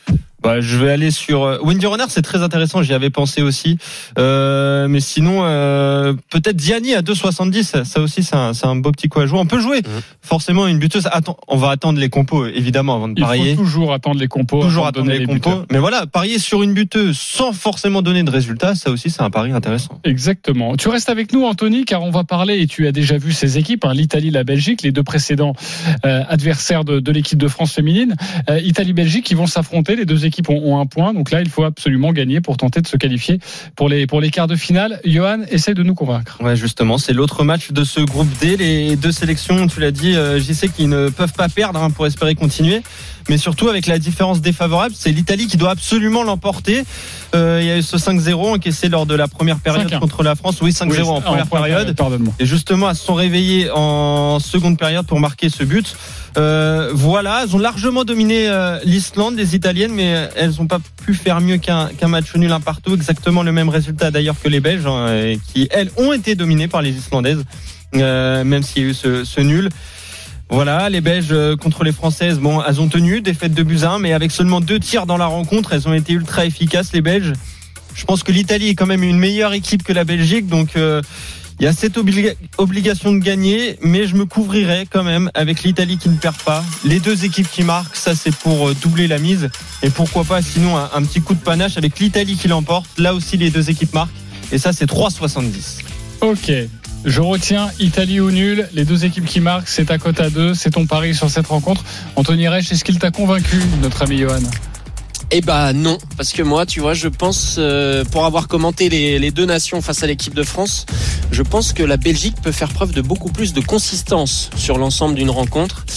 Je vais aller sur Wendy Renard, c'est très intéressant, j'y avais pensé aussi, mais sinon peut-être Diani à 2,70, ça aussi c'est un beau petit coup à jouer. On peut jouer forcément une buteuse. On va attendre les compos évidemment avant de parier. Il faut toujours attendre les compos. Toujours attendre les compos. Mais voilà, parier sur une buteuse sans forcément donner de résultats, ça aussi c'est un pari intéressant. Exactement. Tu restes avec nous, Anthony, car on va parler, et tu as déjà vu ces équipes, l'Italie, la Belgique, les deux précédents adversaires de l'équipe de France féminine. Italie-Belgique qui vont s'affronter, les deux équipes ont un point, donc là il faut absolument gagner pour tenter de se qualifier pour les quarts de finale. Johan, essaie de nous convaincre. Ouais, justement, c'est l'autre match de ce groupe D. Les deux sélections, tu l'as dit, j'y sais qu'ils ne peuvent pas perdre pour espérer continuer, mais surtout avec la différence défavorable, c'est l'Italie qui doit absolument l'emporter. Il y a eu ce 5-0 encaissé lors de la première période 5-1 contre la France. Oui, 5-0 en première période. Pardonne-moi. Et justement, elles se sont réveillées en seconde période pour marquer ce but. Voilà, elles ont largement dominé l'Islande, les Italiennes, mais elles n'ont pas pu faire mieux qu'un match nul un partout. Exactement le même résultat d'ailleurs que les Belges, qui elles ont été dominées par les Islandaises, même s'il y a eu ce nul. Voilà, les Belges contre les Françaises, elles ont tenu, défaite de 2-1, mais avec seulement 2 tirs dans la rencontre, elles ont été ultra efficaces, les Belges. Je pense que l'Italie est quand même une meilleure équipe que la Belgique, donc il y a cette obligation de gagner, mais je me couvrirai quand même avec l'Italie qui ne perd pas. Les deux équipes qui marquent, ça c'est pour doubler la mise, et pourquoi pas sinon un petit coup de panache avec l'Italie qui l'emporte. Là aussi les deux équipes marquent, et ça c'est 3,70. Ok. Je retiens Italie ou nul, les deux équipes qui marquent, c'est à cote à 2, c'est ton pari sur cette rencontre. Anthony Reich, est-ce qu'il t'a convaincu, notre ami Johan ? Eh ben non, parce que moi, tu vois, je pense, pour avoir commenté les deux nations face à l'équipe de France, je pense que la Belgique peut faire preuve de beaucoup plus de consistance sur l'ensemble d'une rencontre.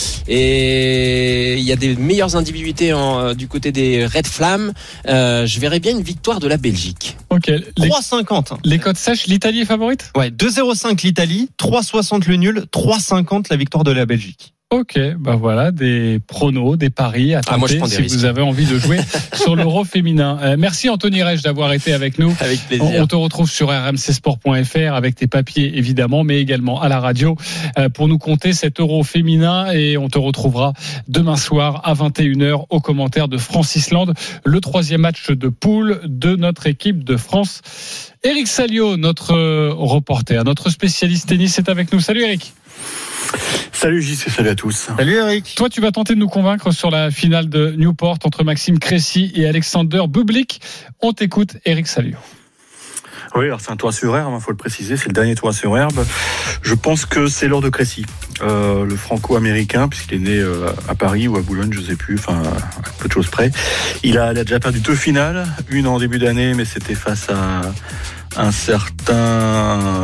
Et il y a des meilleures individualités du côté des Red Flames. Je verrais bien une victoire de la Belgique. Ok. 3,50. Les cotes sèches, l'Italie est favorite ? Ouais, 2,05 l'Italie, 3,60 le nul, 3,50 la victoire de la Belgique. Ok, bah voilà, des pronos, des paris à tenter moi, je prends des si risques. vous avez envie de jouer sur l'Euro féminin. Merci Anthony Reich d'avoir été avec nous. Avec plaisir. On te retrouve sur rmcsport.fr avec tes papiers évidemment, mais également à la radio pour nous compter cet Euro féminin, et on te retrouvera demain soir à 21h aux commentaires de France-Islande, le 3e match de poule de notre équipe de France. Eric Salio, notre reporter, notre spécialiste tennis, est avec nous. Salut Eric. Salut JC, salut à tous. Salut Eric. Toi, tu vas tenter de nous convaincre sur la finale de Newport entre Maxime Cressy et Alexander Bublik. On t'écoute, Eric Salio. Oui, alors c'est un tournoi sur herbe, il faut le préciser, c'est le dernier tournoi sur herbe. Je pense que c'est l'heure de Cressy, le franco-américain, puisqu'il est né à Paris ou à Boulogne, je ne sais plus, enfin à peu de choses près. Il a déjà perdu 2 finales, une en début d'année, mais c'était face à un certain...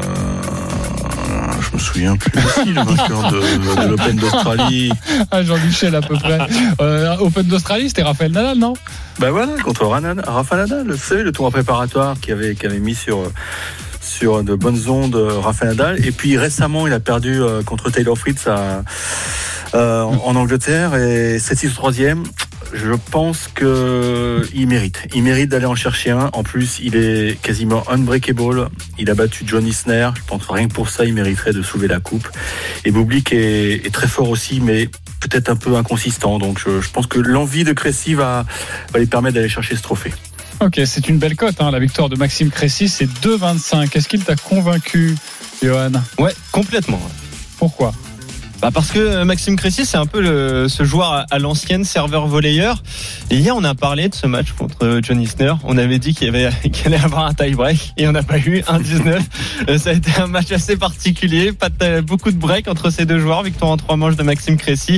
je me souviens plus aussi, le vainqueur de l'Open d'Australie. Ah, Jean-Michel à peu près. Open d'Australie, c'était Raphaël Nadal, non ? Ben voilà, contre Rafa Nadal, vous savez, le tournoi préparatoire qui avait mis sur de bonnes ondes Rafa Nadal. Et puis récemment, il a perdu contre Taylor Fritz en Angleterre, et 7-6 au 3e. Je pense qu'il mérite. Il mérite d'aller en chercher un. En plus, il est quasiment unbreakable. Il a battu John Isner. Je pense que rien que pour ça, il mériterait de soulever la coupe. Et Bublik est très fort aussi, mais peut-être un peu inconsistant. Donc, je pense que l'envie de Cressy va lui permettre d'aller chercher ce trophée. Ok, c'est une belle cote, hein. La victoire de Maxime Cressy, c'est 2,25. Est-ce qu'il t'a convaincu, Johan ? Ouais, complètement. Pourquoi ? Parce que Maxime Cressy, c'est un peu ce joueur à l'ancienne, serveur volleyeur. Et hier, on a parlé de ce match contre John Isner. On avait dit qu'il allait avoir un tie-break, et on n'a pas eu 1-19. Ça a été un match assez particulier. Beaucoup de break entre ces deux joueurs. Victoire en 3 manches de Maxime Cressy.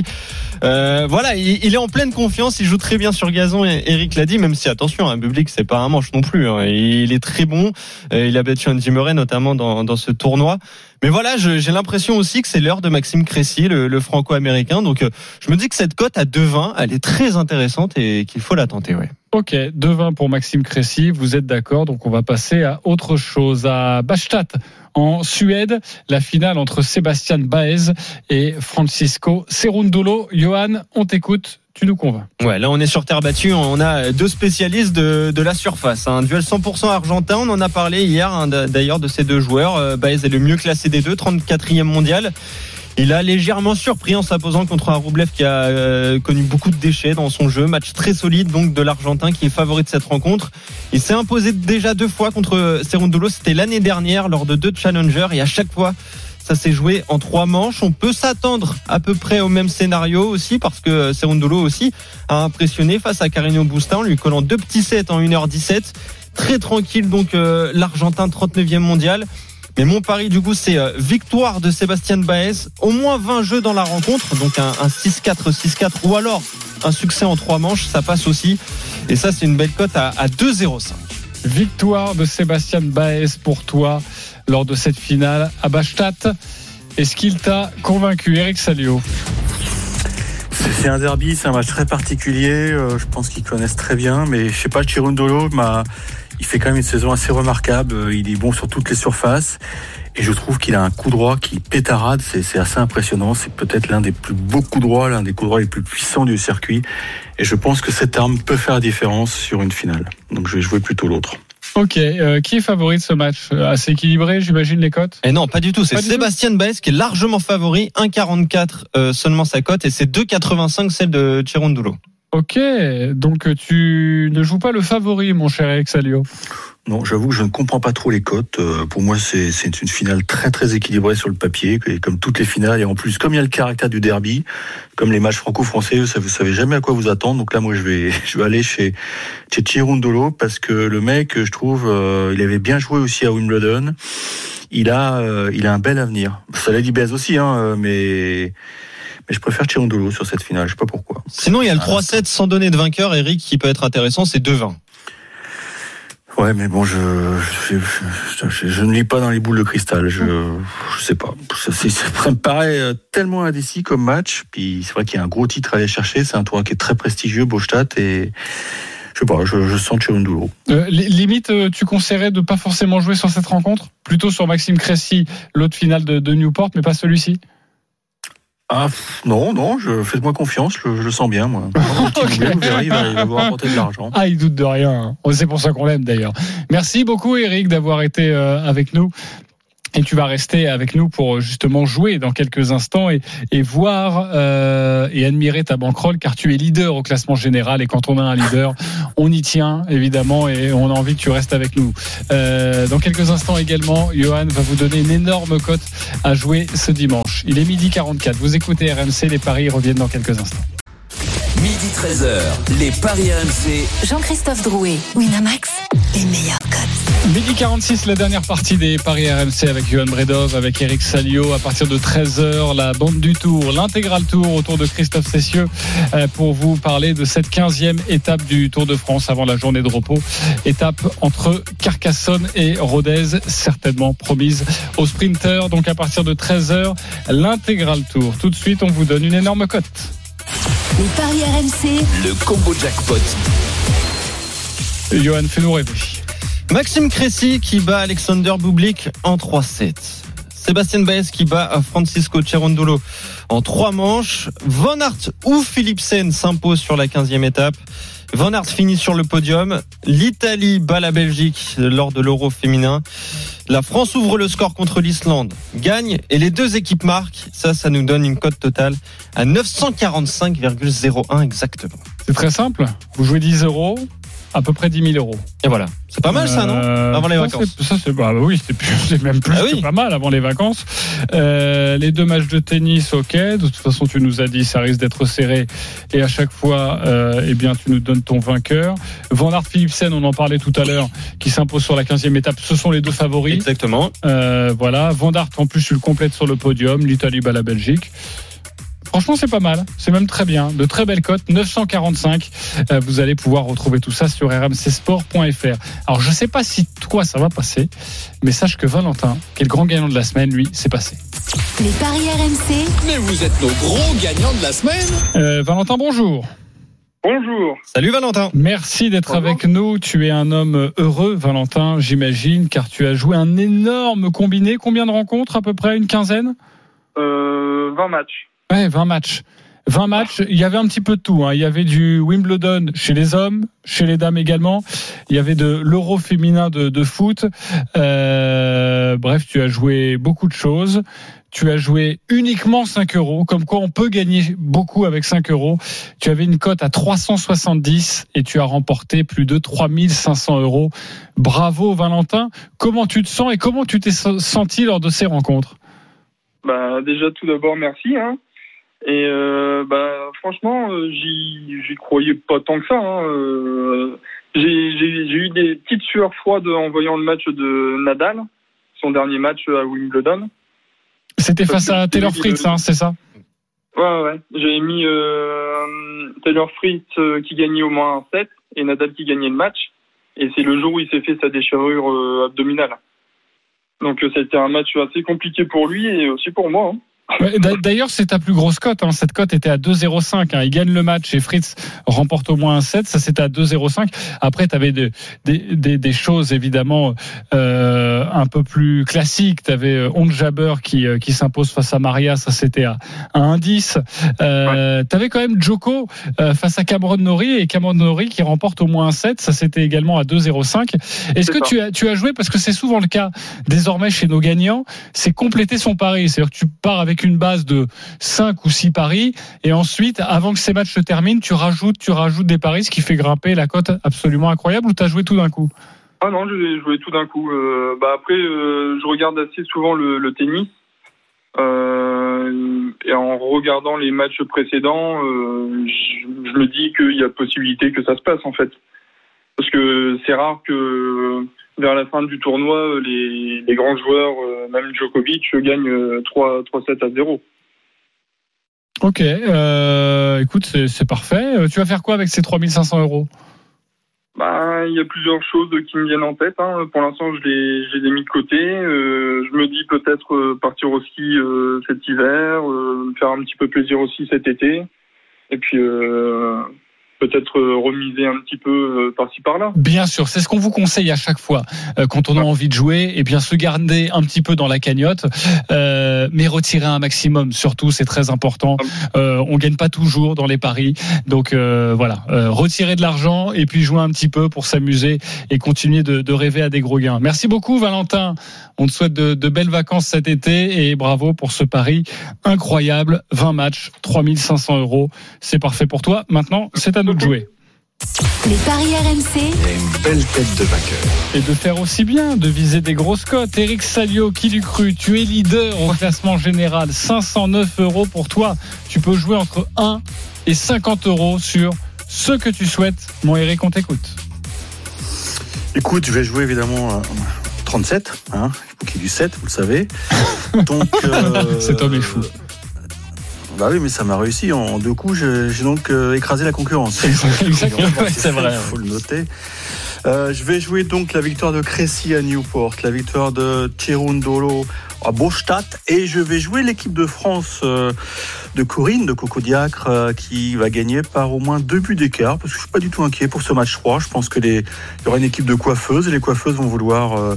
Voilà, il est en pleine confiance. Il joue très bien sur gazon, et Eric l'a dit, même si, attention, un Bublik, c'est pas un manche non plus, hein. Il est très bon. Il a battu Andy Murray, notamment dans ce tournoi. Mais voilà, j'ai l'impression aussi que c'est l'heure de Maxime Cressy, le franco-américain. Donc, je me dis que cette cote à 2,20, elle est très intéressante et qu'il faut la tenter, ouais. Ok, 2,20 pour Maxime Cressy, vous êtes d'accord, donc on va passer à autre chose, à Bastad, en Suède, la finale entre Sébastien Baez et Francisco Cerundolo. Johan, on t'écoute, tu nous convaincs. Ouais, là on est sur terre battue, on a 2 spécialistes de la surface, un duel 100% argentin, on en a parlé hier d'ailleurs de ces 2 joueurs. Baez est le mieux classé des deux, 34e mondial. Il a légèrement surpris en s'imposant contre un Rublev qui a connu beaucoup de déchets dans son jeu. Match très solide donc de l'Argentin qui est favori de cette rencontre. Il s'est imposé déjà 2 fois contre Cerundolo. C'était l'année dernière lors de 2 challengers, et à chaque fois ça s'est joué en 3 manches. On peut s'attendre à peu près au même scénario aussi, parce que Cerundolo aussi a impressionné face à Carreño Busta en lui collant 2 petits sets en 1h17. Très tranquille donc l'Argentin, 39e mondial. Mais mon pari du coup, c'est victoire de Sébastien Baez, au moins 20 jeux dans la rencontre, donc un 6-4, 6-4, ou alors un succès en 3 manches, ça passe aussi. Et ça, c'est une belle cote à 2,05. Victoire de Sébastien Baez pour toi lors de cette finale à Bastad. Est-ce qu'il t'a convaincu, Eric Salio ? C'est un derby, c'est un match très particulier. Je pense qu'ils connaissent très bien, mais je sais pas, Cerundolo il fait quand même une saison assez remarquable. Il est bon sur toutes les surfaces, et je trouve qu'il a un coup droit qui pétarade. C'est assez impressionnant. C'est peut-être l'un des plus beaux coups droits, l'un des coups droits les plus puissants du circuit. Et je pense que cette arme peut faire la différence sur une finale. Donc je vais jouer plutôt l'autre. Ok, qui est favori de ce match ? Assez équilibré, j'imagine, les cotes ? Et non, pas du tout. C'est Sébastien Baez qui est largement favori, 1,44 seulement sa cote, et c'est 2,85 celle de Cerundolo. Ok, donc tu ne joues pas le favori, mon cher Eric Salio. Non, j'avoue que je ne comprends pas trop les cotes. Pour moi, c'est une finale très très équilibrée sur le papier, et comme toutes les finales. Et en plus, comme il y a le caractère du derby, comme les matchs franco-français, vous savez jamais à quoi vous attendre. Donc là, moi, je vais aller chez Cerundolo, parce que le mec, je trouve, il avait bien joué aussi à Wimbledon. Il a un bel avenir. Ça l'a dit Baez aussi, hein, mais Mais je préfère Cerundolo sur cette finale, je sais pas pourquoi. Sinon, il y a le 3-7 sans donner de vainqueur, Eric, qui peut être intéressant, c'est 2-20. Ouais, mais bon, je ne lis pas dans les boules de cristal. Je sais pas. Ça me paraît tellement indécis comme match. Puis c'est vrai qu'il y a un gros titre à aller chercher. C'est un tournoi qui est très prestigieux, Bostad, et je sais pas. Je sens Cerundolo. Limite, tu conseillerais de pas forcément jouer sur cette rencontre, plutôt sur Maxime Cressy, l'autre finale de Newport, mais pas celui-ci. Ah non, faites-moi confiance, je le sens bien, moi. Okay. Vous verrez, il va vous rapporter de l'argent. Ah, il doute de rien. C'est pour ça qu'on l'aime d'ailleurs. Merci beaucoup, Eric, d'avoir été avec nous. Et tu vas rester avec nous pour justement jouer dans quelques instants et voir et admirer ta bankroll, car tu es leader au classement général, et quand on a un leader, on y tient évidemment, et on a envie que tu restes avec nous. Dans quelques instants également, Johan va vous donner une énorme cote à jouer ce dimanche. Il est 12h44. Vous écoutez RMC, les paris reviennent dans quelques instants. 12h13, les paris RMC. Jean-Christophe Drouet, Winamax, les meilleurs cotes. 12h46, la dernière partie des paris RMC avec Johan Bredov, avec Eric Salio. À partir de 13h, la bande du tour, l'intégral tour autour de Christophe Cessieux, pour vous parler de cette 15e étape du Tour de France avant la journée de repos. Étape entre Carcassonne et Rodez, certainement promise aux sprinteurs. Donc à partir de 13h, l'intégral tour. Tout de suite, on vous donne une énorme cote. Les paris RMC, Le combo jackpot. Johan, fais-nous rêver. Maxime Cressy qui bat Alexander Bublik en 3-7. Sébastien Baez qui bat Francisco Cerundolo en 3 manches. Van Aert ou Philipsen s'impose sur la 15e étape. Van Aert finit sur le podium. L'Italie bat la Belgique lors de l'Euro féminin. La France ouvre le score contre l'Islande, gagne, et les deux équipes marquent. Ça nous donne une cote totale à 945,01 exactement. C'est très simple. Vous jouez 10 €, à peu près 10 000 €. Et voilà. C'est pas mal ça, non? Avant les vacances. Oui, c'est même plus que pas mal avant les vacances. Les 2 matchs de tennis, ok. De toute façon, tu nous as dit, ça risque d'être serré. Et à chaque fois, eh bien, tu nous donnes ton vainqueur. Van Aert, Philipsen, on en parlait tout à l'heure, qui s'impose sur la 15e étape. Ce sont les 2 favoris. Exactement. Voilà. Van Aert, en plus, tu le complètes sur le podium. L'Italie bat la Belgique. Franchement, c'est pas mal. C'est même très bien. De très belles cotes. 945. Vous allez pouvoir retrouver tout ça sur rmcsport.fr. Alors, je sais pas si toi, ça va passer, mais sache que Valentin, qui est le grand gagnant de la semaine, lui, c'est passé. les paris RMC, Mais vous êtes nos gros gagnants de la semaine. Valentin, bonjour. Bonjour. Salut Valentin. Merci d'être avec nous. Tu es un homme heureux, Valentin, j'imagine, car tu as joué un énorme combiné. Combien de rencontres, à peu près? Une quinzaine? 20 matchs. Ouais, 20 matchs. 20 matchs, il y avait un petit peu de tout. Il y avait du Wimbledon chez les hommes, chez les dames également. Il y avait de l'Euro féminin de foot. Bref, tu as joué beaucoup de choses. Tu as joué uniquement 5 €, comme quoi on peut gagner beaucoup avec 5 €. Tu avais une cote à 370 et tu as remporté plus de 3500 €. Bravo Valentin. Comment tu te sens et comment tu t'es senti lors de ces rencontres? Déjà, tout d'abord, merci. Et franchement, j'y croyais pas tant que ça. J'ai eu des petites sueurs froides en voyant le match de Nadal, son dernier match à Wimbledon. C'était face à Taylor Fritz, c'est ça? Ouais. J'avais mis Taylor Fritz qui gagnait au moins un set et Nadal qui gagnait le match. Et c'est le jour où il s'est fait sa déchirure abdominale. Donc c'était un match assez compliqué pour lui et aussi pour moi. D'ailleurs, c'est ta plus grosse cote. Cette cote était à 2,05. Il gagne le match et Fritz remporte au moins un set. Ça, c'était à 2,05. Après, tu avais des choses évidemment un peu plus classiques. Tu avais Ons Jabeur qui s'impose face à Maria. Ça, c'était à 1,10. Tu avais quand même Djoko face à Cameron Norrie et Cameron Norrie qui remporte au moins un set. Ça, c'était également à 2,05. Est-ce que tu as joué, parce que c'est souvent le cas désormais chez nos gagnants, c'est compléter son pari. C'est-à-dire que tu pars avec une base de 5 ou 6 paris et ensuite, avant que ces matchs se terminent, tu rajoutes des paris, ce qui fait grimper la cote absolument incroyable. Ou tu as joué tout d'un coup? Ah non, j'ai joué tout d'un coup. Après, je regarde assez souvent le tennis. Et en regardant les matchs précédents, je me dis qu'il y a possibilité que ça se passe en fait. Parce que c'est rare que vers la fin du tournoi, les grands joueurs, même Djokovic, gagnent 3-7 à 0. Ok, écoute, c'est parfait. Tu vas faire quoi avec ces 3 500 €? Bah, il y a plusieurs choses qui me viennent en tête. Pour l'instant, je les ai mis de côté. Je me dis peut-être partir au ski cet hiver, me faire un petit peu plaisir aussi cet été. Et puis peut-être remiser un petit peu par-ci par-là. Bien sûr, c'est ce qu'on vous conseille à chaque fois quand on a envie de jouer, et bien se garder un petit peu dans la cagnotte, mais retirer un maximum, surtout c'est très important. On gagne pas toujours dans les paris, donc voilà, retirer de l'argent et puis jouer un petit peu pour s'amuser et continuer de rêver à des gros gains. Merci beaucoup Valentin, on te souhaite de belles vacances cet été et bravo pour ce pari incroyable, 20 matchs, 3 500 €, c'est parfait pour toi. Maintenant c'est à nous de jouer. Les paris RMC. Il y a une belle tête de vainqueur. Et de faire aussi bien, de viser des grosses cotes. Eric Salio, qui l'eût cru, tu es leader au classement général, 509 € pour toi. Tu peux jouer entre 1 et 50 € sur ce que tu souhaites. Mon Eric, on t'écoute. Écoute, je vais jouer évidemment 37, il faut qu'il y ait du 7, vous le savez. Donc, cet homme est fou. Bah oui, mais ça m'a réussi. En 2 coups, j'ai donc écrasé la concurrence. Exactement, c'est vrai. Il faut le noter. Je vais jouer donc la victoire de Crécy à Newport, la victoire de Tirundolo à Bostadt, et je vais jouer l'équipe de France de Corinne, de Coco Diacre, qui va gagner par au moins 2 buts d'écart, parce que je suis pas du tout inquiet pour ce match 3. Je pense que il y aura une équipe de coiffeuses, et les coiffeuses vont vouloir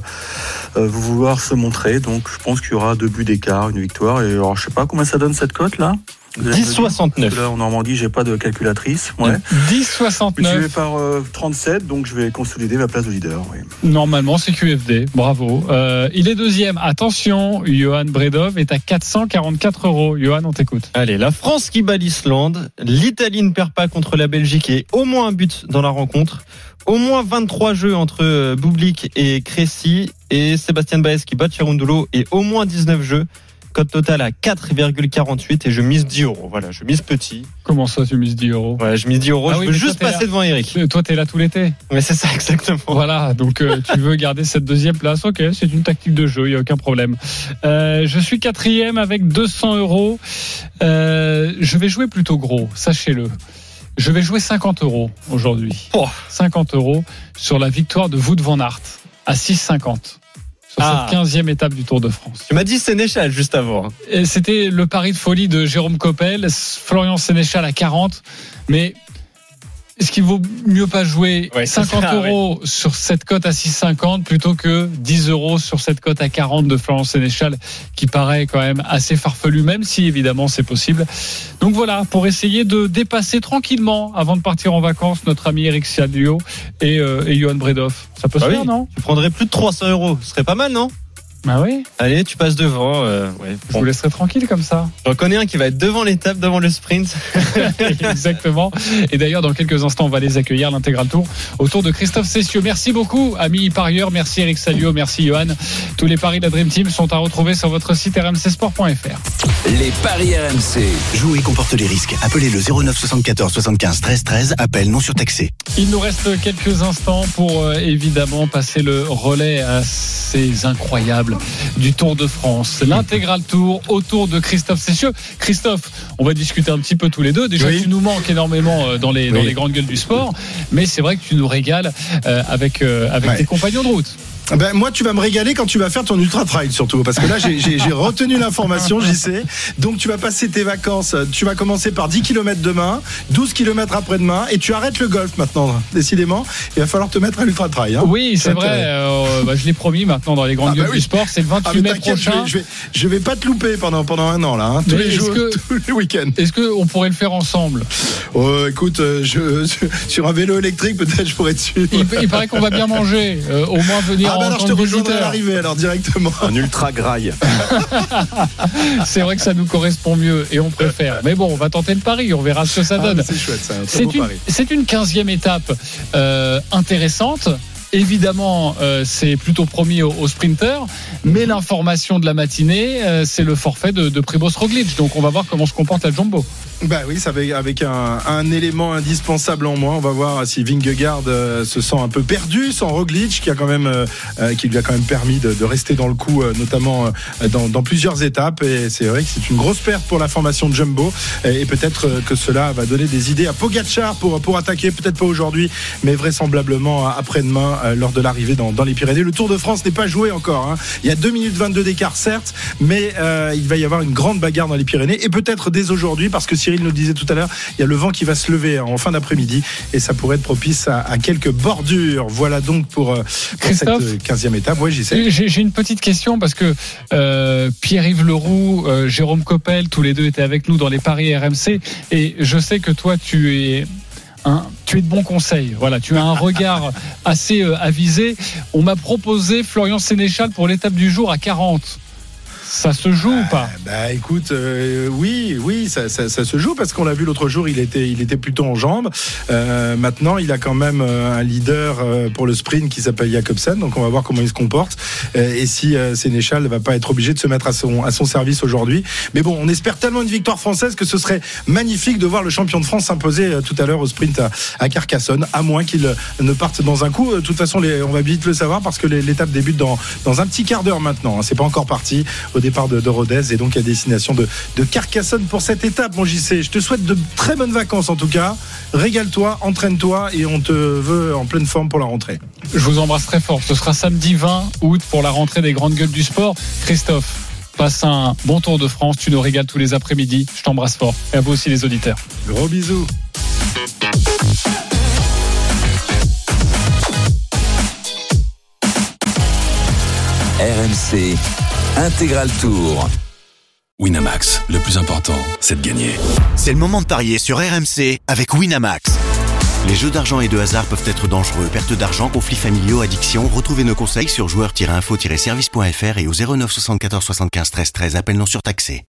se montrer. Donc je pense qu'il y aura 2 buts d'écart, une victoire. Et alors je sais pas combien ça donne cette cote là. 10,69. Là, en Normandie, j'ai pas de calculatrice. Ouais. 10,69. Je vais par 37, donc je vais consolider ma place de leader. Oui. Normalement, c'est QFD. Bravo. Il est deuxième. Attention, Johan Bredov est à 444 €. Johan, on t'écoute. Allez, la France qui bat l'Islande. L'Italie ne perd pas contre la Belgique et au moins un but dans la rencontre. Au moins 23 jeux entre Bublik et Crécy. Et Sébastien Baez qui bat Tirundolo et au moins 19 jeux. Cote totale à 4,48 et je mise 10 €. Voilà, je mise petit. Comment ça, tu mises 10 €? Ouais, je mise 10 €. Je veux juste passer devant Eric. Toi, t'es là tout l'été. Mais c'est ça, exactement. Voilà, donc tu veux garder cette deuxième place. Ok, c'est une tactique de jeu, il n'y a aucun problème. Je suis 4e avec 200 €. Je vais jouer plutôt gros, sachez-le. Je vais jouer 50 € aujourd'hui. 50 € sur la victoire de Wout van Aert à 6,50. Sur cette 15e étape du Tour de France. Tu m'as dit Sénéchal juste avant. Et c'était le pari de folie de Jérôme Coppel, Florian Sénéchal à 40. Mais est-ce qu'il vaut mieux pas jouer 50 € sur cette cote à 6,50 plutôt que 10 € sur cette cote à 40 de Florian Sénéchal, qui paraît quand même assez farfelu, même si évidemment c'est possible. Donc voilà, pour essayer de dépasser tranquillement avant de partir en vacances notre ami Eric Salio et Johan Bredov. Ça peut se faire, non? Tu prendrais plus de 300 €. Ce serait pas mal, non? Bah oui. Allez, tu passes devant. Je vous laisserai tranquille comme ça. J'en connais un qui va être devant l'étape, devant le sprint. Exactement. Et d'ailleurs, dans quelques instants, on va les accueillir, l'intégral tour, autour de Christophe Cessieux. Merci beaucoup, amis parieurs. Merci Eric Salio, merci Johan. Tous les paris de la Dream Team sont à retrouver sur votre site rmcsport.fr. Les paris RMC. Jouer comporte les risques. Appelez le 09 74 75 13 13. Appel non surtaxé. Il nous reste quelques instants pour évidemment passer le relais à ces incroyables du Tour de France. L'intégral tour autour de Christophe Cessieux. Christophe, on va discuter un petit peu tous les deux. Déjà, tu nous manques énormément dans les grandes gueules du sport, mais c'est vrai que tu nous régales avec tes compagnons de route. Ben, moi, tu vas me régaler quand tu vas faire ton ultra trail, surtout, parce que là, j'ai retenu l'information, j'y sais. Donc, tu vas passer tes vacances. Tu vas commencer par 10 km demain, 12 km après-demain, et tu arrêtes le golf maintenant. Décidément, il va falloir te mettre à l'ultra trail. Hein. Oui, c'est vrai. Je l'ai promis maintenant dans les grandes gueules du sport. C'est le 28 mai prochain. Je vais pas te louper pendant un an là. Hein, tous les jours, tous les week-ends. Est-ce qu'on pourrait le faire ensemble? Écoute, sur un vélo électrique, peut-être, je pourrais te suivre. Il paraît qu'on va bien manger. Au moins venir. Alors je te rejoindrai à l'arrivée alors directement. Un ultra graille. C'est vrai que ça nous correspond mieux et on préfère. Mais bon, on va tenter le pari, on verra ce que ça donne. C'est chouette, ça. C'est une 15e étape intéressante. Évidemment, c'est plutôt promis aux sprinters, mais l'information de la matinée, c'est le forfait de Primož Roglič. Donc on va voir comment se comporte la Jumbo. Bah oui, ça avec un élément indispensable en moins. On va voir si Vingegaard se sent un peu perdu sans Roglic, qui lui a quand même permis de rester dans le coup, notamment dans plusieurs étapes. Et c'est vrai que c'est une grosse perte pour la formation de Jumbo. Et peut-être que cela va donner des idées à Pogačar pour attaquer, peut-être pas aujourd'hui, mais vraisemblablement après-demain lors de l'arrivée dans les Pyrénées. Le Tour de France n'est pas joué encore. Il y a 2 minutes 22 d'écart, certes, mais il va y avoir une grande bagarre dans les Pyrénées, et peut-être dès aujourd'hui, parce que Cyril nous disait tout à l'heure, il y a le vent qui va se lever en fin d'après-midi et ça pourrait être propice à quelques bordures. Voilà donc pour cette 15e étape. Ouais, j'y sais. J'ai une petite question parce que Pierre-Yves Leroux, Jérôme Coppel, tous les deux étaient avec nous dans les paris RMC, et je sais que toi tu es de bons conseils. Voilà, tu as un regard assez avisé. On m'a proposé Florian Sénéchal pour l'étape du jour à 40. Ça se joue ou pas ? Bah écoute, oui, ça se joue, parce qu'on l'a vu l'autre jour, il était plutôt en jambes. Maintenant, il a quand même un leader pour le sprint qui s'appelle Jacobsen, donc on va voir comment il se comporte et si Sénéchal ne va pas être obligé de se mettre à son service aujourd'hui. Mais bon, on espère tellement une victoire française que ce serait magnifique de voir le champion de France s'imposer tout à l'heure au sprint à Carcassonne, à moins qu'il ne parte dans un coup. De toute façon, on va vite le savoir, parce que l'étape débute dans un petit quart d'heure maintenant. C'est pas encore parti au départ de Rodez, et donc à destination de Carcassonne pour cette étape. Mon JC, je te souhaite de très bonnes vacances en tout cas. Régale-toi, entraîne-toi, et on te veut en pleine forme pour la rentrée. Je vous embrasse très fort. Ce sera samedi 20 août pour la rentrée des grandes gueules du sport. Christophe, passe un bon Tour de France. Tu nous régales tous les après-midi. Je t'embrasse fort. Et à vous aussi les auditeurs. Gros bisous. RMC Intégral Tour. Winamax, le plus important, c'est de gagner. C'est le moment de parier sur RMC avec Winamax. Les jeux d'argent et de hasard peuvent être dangereux. Perte d'argent, conflits familiaux, addiction. Retrouvez nos conseils sur joueurs-info-service.fr et au 09 74 75 13 13. Appel non surtaxé.